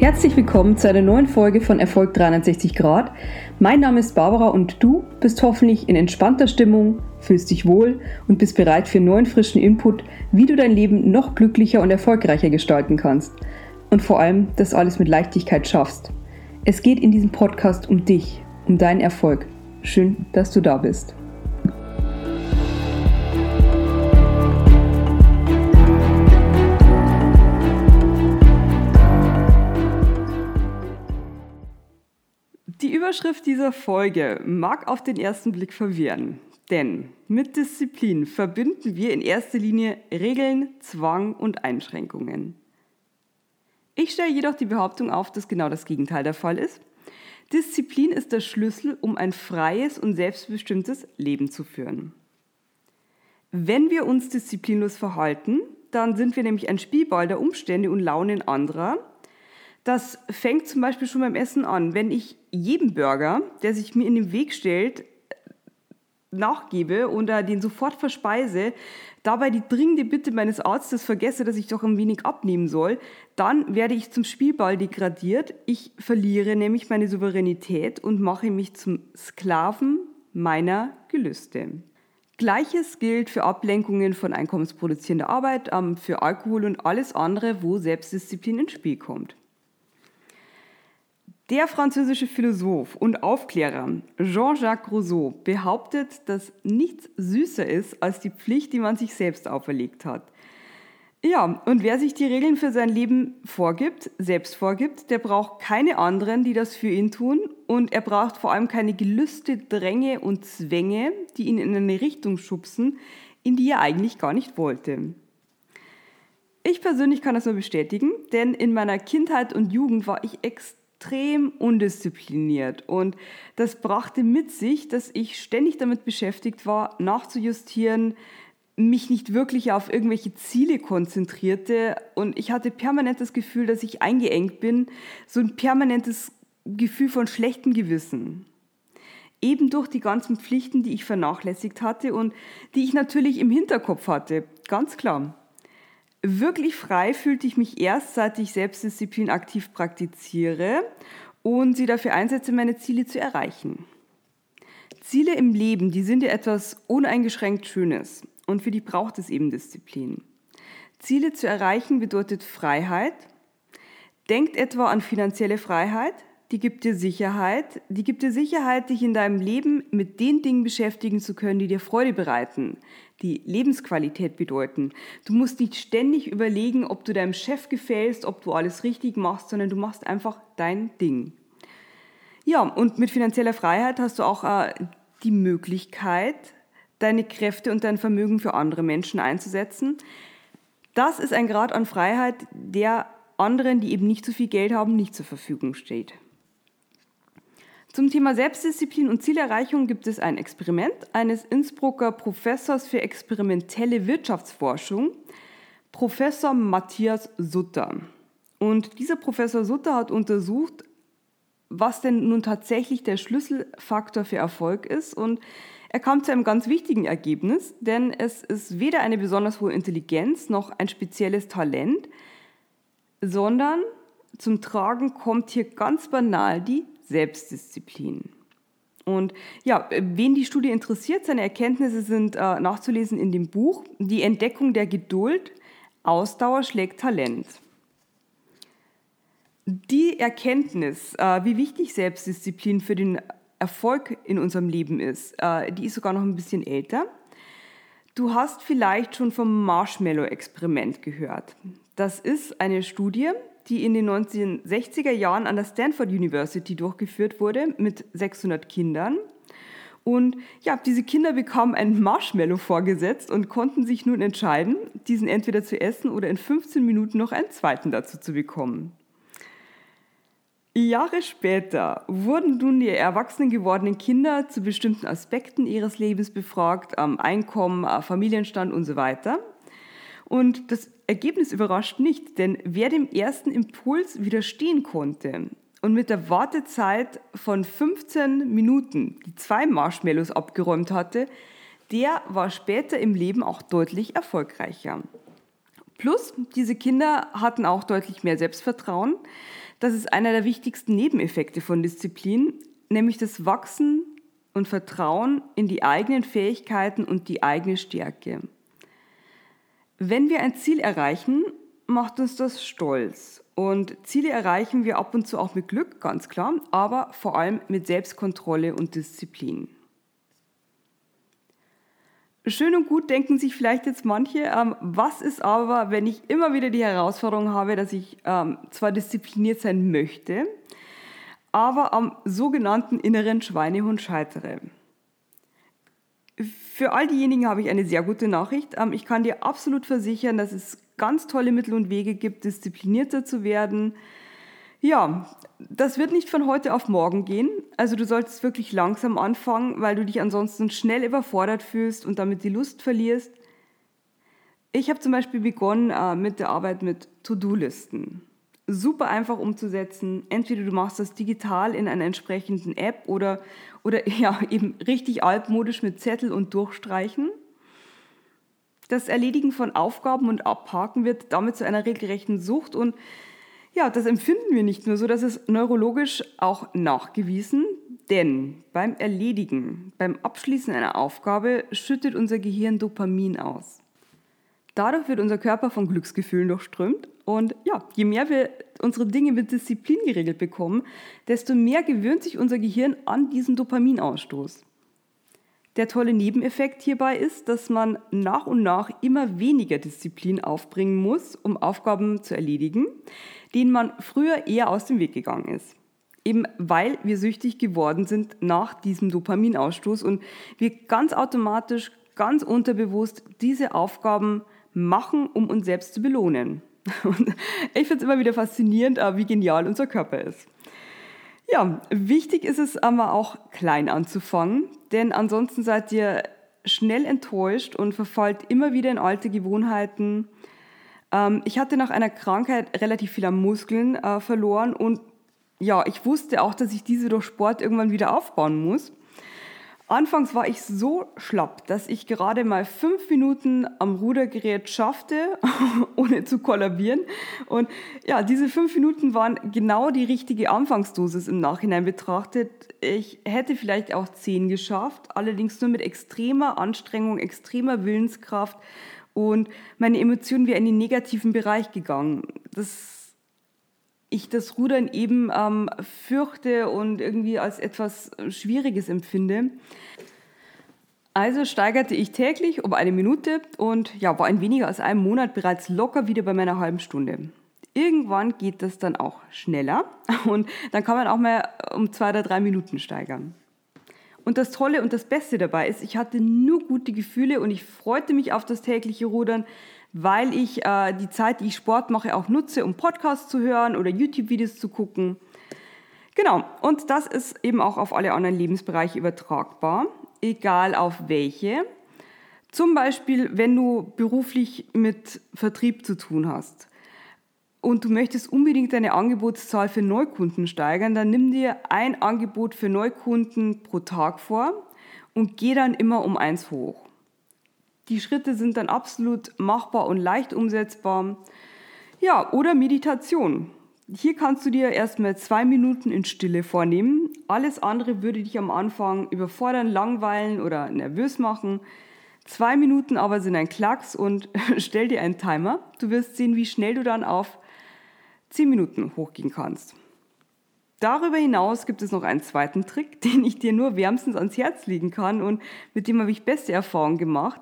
Herzlich willkommen zu einer neuen Folge von Erfolg 360 Grad. Mein Name ist Barbara und du bist hoffentlich in entspannter Stimmung, fühlst dich wohl und bist bereit für neuen frischen Input, wie du dein Leben noch glücklicher und erfolgreicher gestalten kannst. Und vor allem, das alles mit Leichtigkeit schaffst. Es geht in diesem Podcast um dich, um deinen Erfolg. Schön, dass du da bist. Die Überschrift dieser Folge mag auf den ersten Blick verwirren, denn mit Disziplin verbinden wir in erster Linie Regeln, Zwang und Einschränkungen. Ich stelle jedoch die Behauptung auf, dass genau das Gegenteil der Fall ist. Disziplin ist der Schlüssel, um ein freies und selbstbestimmtes Leben zu führen. Wenn wir uns disziplinlos verhalten, dann sind wir nämlich ein Spielball der Umstände und Launen anderer. Das fängt zum Beispiel schon beim Essen an. Wenn ich jedem Burger, der sich mir in den Weg stellt, nachgebe oder den sofort verspeise, dabei die dringende Bitte meines Arztes vergesse, dass ich doch ein wenig abnehmen soll, dann werde ich zum Spielball degradiert. Ich verliere nämlich meine Souveränität und mache mich zum Sklaven meiner Gelüste. Gleiches gilt für Ablenkungen von einkommensproduzierender Arbeit, für Alkohol und alles andere, wo Selbstdisziplin ins Spiel kommt. Der französische Philosoph und Aufklärer Jean-Jacques Rousseau behauptet, dass nichts süßer ist als die Pflicht, die man sich selbst auferlegt hat. Ja, und wer sich die Regeln für sein Leben selbst vorgibt, der braucht keine anderen, die das für ihn tun, und er braucht vor allem keine Gelüste, Dränge und Zwänge, die ihn in eine Richtung schubsen, in die er eigentlich gar nicht wollte. Ich persönlich kann das nur bestätigen, denn in meiner Kindheit und Jugend war ich extrem undiszipliniert, und das brachte mit sich, dass ich ständig damit beschäftigt war, nachzujustieren, mich nicht wirklich auf irgendwelche Ziele konzentrierte, und ich hatte permanent das Gefühl, dass ich eingeengt bin, so ein permanentes Gefühl von schlechtem Gewissen. Eben durch die ganzen Pflichten, die ich vernachlässigt hatte und die ich natürlich im Hinterkopf hatte, ganz klar. Wirklich frei fühlte ich mich erst, seit ich Selbstdisziplin aktiv praktiziere und sie dafür einsetze, meine Ziele zu erreichen. Ziele im Leben, die sind ja etwas uneingeschränkt Schönes, und für die braucht es eben Disziplin. Ziele zu erreichen bedeutet Freiheit. Denkt etwa an finanzielle Freiheit, die gibt dir Sicherheit. Die gibt dir Sicherheit, dich in deinem Leben mit den Dingen beschäftigen zu können, die dir Freude bereiten, die Lebensqualität bedeuten. Du musst nicht ständig überlegen, ob du deinem Chef gefällst, ob du alles richtig machst, sondern du machst einfach dein Ding. Ja, und mit finanzieller Freiheit hast du auch die Möglichkeit, deine Kräfte und dein Vermögen für andere Menschen einzusetzen. Das ist ein Grad an Freiheit, der anderen, die eben nicht so viel Geld haben, nicht zur Verfügung steht. Zum Thema Selbstdisziplin und Zielerreichung gibt es ein Experiment eines Innsbrucker Professors für experimentelle Wirtschaftsforschung, Professor Matthias Sutter. Und dieser Professor Sutter hat untersucht, was denn nun tatsächlich der Schlüsselfaktor für Erfolg ist, und er kam zu einem ganz wichtigen Ergebnis, denn es ist weder eine besonders hohe Intelligenz noch ein spezielles Talent, sondern zum Tragen kommt hier ganz banal die Selbstdisziplin. Und ja, wen die Studie interessiert, seine Erkenntnisse sind nachzulesen in dem Buch Die Entdeckung der Geduld, Ausdauer schlägt Talent. Die Erkenntnis, wie wichtig Selbstdisziplin für den Erfolg in unserem Leben ist, die ist sogar noch ein bisschen älter. Du hast vielleicht schon vom Marshmallow-Experiment gehört. Das ist eine Studie, die in den 1960er Jahren an der Stanford University durchgeführt wurde mit 600 Kindern. Und ja, diese Kinder bekamen ein Marshmallow vorgesetzt und konnten sich nun entscheiden, diesen entweder zu essen oder in 15 Minuten noch einen zweiten dazu zu bekommen. Jahre später wurden nun die erwachsen gewordenen Kinder zu bestimmten Aspekten ihres Lebens befragt, Einkommen, Familienstand und so weiter. Und das Ergebnis überrascht nicht, denn wer dem ersten Impuls widerstehen konnte und mit der Wartezeit von 15 Minuten die 2 Marshmallows abgeräumt hatte, der war später im Leben auch deutlich erfolgreicher. Plus, diese Kinder hatten auch deutlich mehr Selbstvertrauen. Das ist einer der wichtigsten Nebeneffekte von Disziplin, nämlich das Wachsen und Vertrauen in die eigenen Fähigkeiten und die eigene Stärke. Wenn wir ein Ziel erreichen, macht uns das stolz. Und Ziele erreichen wir ab und zu auch mit Glück, ganz klar, aber vor allem mit Selbstkontrolle und Disziplin. Schön und gut denken sich vielleicht jetzt manche, was ist aber, wenn ich immer wieder die Herausforderung habe, dass ich zwar diszipliniert sein möchte, aber am sogenannten inneren Schweinehund scheitere. Für all diejenigen habe ich eine sehr gute Nachricht. Ich kann dir absolut versichern, dass es ganz tolle Mittel und Wege gibt, disziplinierter zu werden. Ja, das wird nicht von heute auf morgen gehen. Also du solltest wirklich langsam anfangen, weil du dich ansonsten schnell überfordert fühlst und damit die Lust verlierst. Ich habe zum Beispiel begonnen mit der Arbeit mit To-Do-Listen. Super einfach umzusetzen. Entweder du machst das digital in einer entsprechenden App oder ja, eben richtig altmodisch mit Zettel und Durchstreichen. Das Erledigen von Aufgaben und Abhaken wird damit zu einer regelrechten Sucht und ja, das empfinden wir nicht nur so, das ist neurologisch auch nachgewiesen, denn beim Erledigen, beim Abschließen einer Aufgabe schüttet unser Gehirn Dopamin aus. Dadurch wird unser Körper von Glücksgefühlen durchströmt und ja, je mehr wir unsere Dinge mit Disziplin geregelt bekommen, desto mehr gewöhnt sich unser Gehirn an diesen Dopaminausstoß. Der tolle Nebeneffekt hierbei ist, dass man nach und nach immer weniger Disziplin aufbringen muss, um Aufgaben zu erledigen, denen man früher eher aus dem Weg gegangen ist. Eben weil wir süchtig geworden sind nach diesem Dopaminausstoß und wir ganz automatisch, ganz unterbewusst diese Aufgaben machen, um uns selbst zu belohnen. Und ich finde es immer wieder faszinierend, wie genial unser Körper ist. Ja, wichtig ist es aber auch klein anzufangen, denn ansonsten seid ihr schnell enttäuscht und verfallt immer wieder in alte Gewohnheiten. Ich hatte nach einer Krankheit relativ viel an Muskeln verloren und ja, ich wusste auch, dass ich diese durch Sport irgendwann wieder aufbauen muss. Anfangs war ich so schlapp, dass ich gerade mal 5 Minuten am Rudergerät schaffte, ohne zu kollabieren. Und ja, diese 5 Minuten waren genau die richtige Anfangsdosis im Nachhinein betrachtet. Ich hätte vielleicht auch 10 geschafft, allerdings nur mit extremer Anstrengung, extremer Willenskraft und meine Emotionen wären in den negativen Bereich gegangen. Ich das Rudern eben fürchte und irgendwie als etwas Schwieriges empfinde. Also steigerte ich täglich um 1 Minute und ja, war in weniger als einem Monat bereits locker wieder bei meiner halben Stunde. Irgendwann geht das dann auch schneller und dann kann man auch mal um 2 oder 3 Minuten steigern. Und das Tolle und das Beste dabei ist, ich hatte nur gute Gefühle und ich freute mich auf das tägliche Rudern, weil ich die Zeit, die ich Sport mache, auch nutze, um Podcasts zu hören oder YouTube-Videos zu gucken. Genau, und das ist eben auch auf alle anderen Lebensbereiche übertragbar, egal auf welche. Zum Beispiel, wenn du beruflich mit Vertrieb zu tun hast und du möchtest unbedingt deine Angebotszahl für Neukunden steigern, dann nimm dir ein Angebot für Neukunden pro Tag vor und geh dann immer um 1 hoch. Die Schritte sind dann absolut machbar und leicht umsetzbar. Ja, oder Meditation. Hier kannst du dir erstmal 2 Minuten in Stille vornehmen. Alles andere würde dich am Anfang überfordern, langweilen oder nervös machen. 2 Minuten aber sind ein Klacks und stell dir einen Timer. Du wirst sehen, wie schnell du dann auf 10 Minuten hochgehen kannst. Darüber hinaus gibt es noch einen zweiten Trick, den ich dir nur wärmstens ans Herz legen kann und mit dem habe ich beste Erfahrungen gemacht.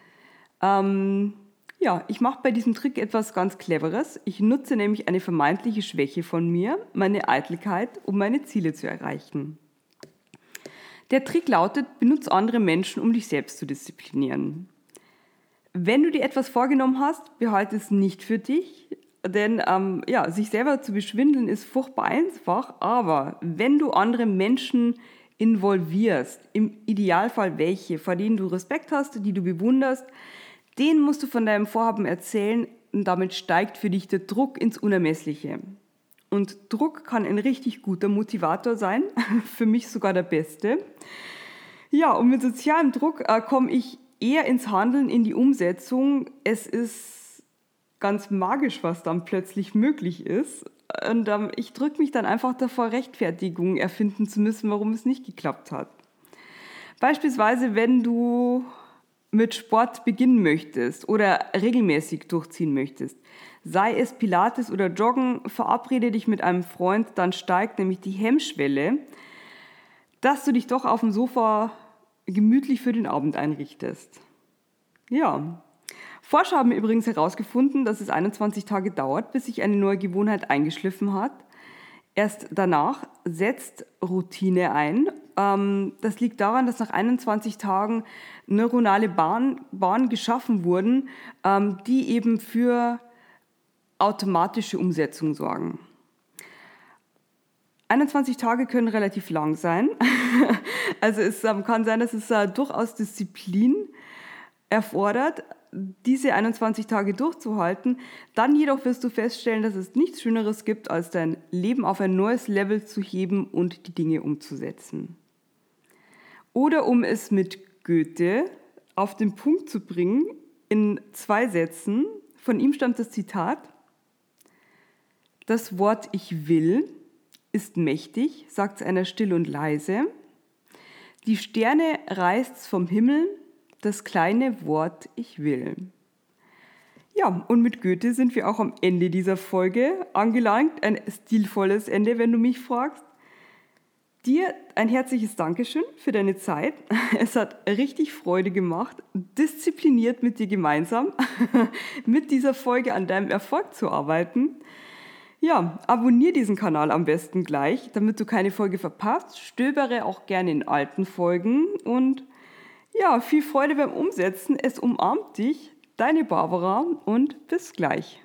Ich mache bei diesem Trick etwas ganz Cleveres. Ich nutze nämlich eine vermeintliche Schwäche von mir, meine Eitelkeit, um meine Ziele zu erreichen. Der Trick lautet, benutze andere Menschen, um dich selbst zu disziplinieren. Wenn du dir etwas vorgenommen hast, behalte es nicht für dich, denn sich selber zu beschwindeln ist furchtbar einfach, aber wenn du andere Menschen involvierst, im Idealfall welche, vor denen du Respekt hast, die du bewunderst, denen musst du von deinem Vorhaben erzählen und damit steigt für dich der Druck ins Unermessliche. Und Druck kann ein richtig guter Motivator sein, für mich sogar der beste. Ja, und mit sozialem Druck komme ich eher ins Handeln, in die Umsetzung. Es ist ganz magisch, was dann plötzlich möglich ist. Und ich drücke mich dann einfach davor, Rechtfertigungen erfinden zu müssen, warum es nicht geklappt hat. Beispielsweise, wenn du mit Sport beginnen möchtest oder regelmäßig durchziehen möchtest, sei es Pilates oder Joggen, verabrede dich mit einem Freund, dann steigt nämlich die Hemmschwelle, dass du dich doch auf dem Sofa gemütlich für den Abend einrichtest. Ja, Forscher haben übrigens herausgefunden, dass es 21 Tage dauert, bis sich eine neue Gewohnheit eingeschliffen hat. Erst danach setzt Routine ein. Das liegt daran, dass nach 21 Tagen neuronale Bahnen geschaffen wurden, die eben für automatische Umsetzung sorgen. 21 Tage können relativ lang sein. Also es kann sein, dass es durchaus Disziplin erfordert, diese 21 Tage durchzuhalten. Dann jedoch wirst du feststellen, dass es nichts Schöneres gibt, als dein Leben auf ein neues Level zu heben und die Dinge umzusetzen. Oder um es mit Goethe auf den Punkt zu bringen, in 2 Sätzen, von ihm stammt das Zitat: Das Wort Ich will ist mächtig, sagt's einer still und leise. Die Sterne reißt's vom Himmel, das kleine Wort Ich will. Ja, und mit Goethe sind wir auch am Ende dieser Folge angelangt. Ein stilvolles Ende, wenn du mich fragst. Dir ein herzliches Dankeschön für deine Zeit. Es hat richtig Freude gemacht, diszipliniert mit dir gemeinsam mit dieser Folge an deinem Erfolg zu arbeiten. Ja, abonniere diesen Kanal am besten gleich, damit du keine Folge verpasst. Stöbere auch gerne in alten Folgen und ja, viel Freude beim Umsetzen. Es umarmt dich, deine Barbara und bis gleich.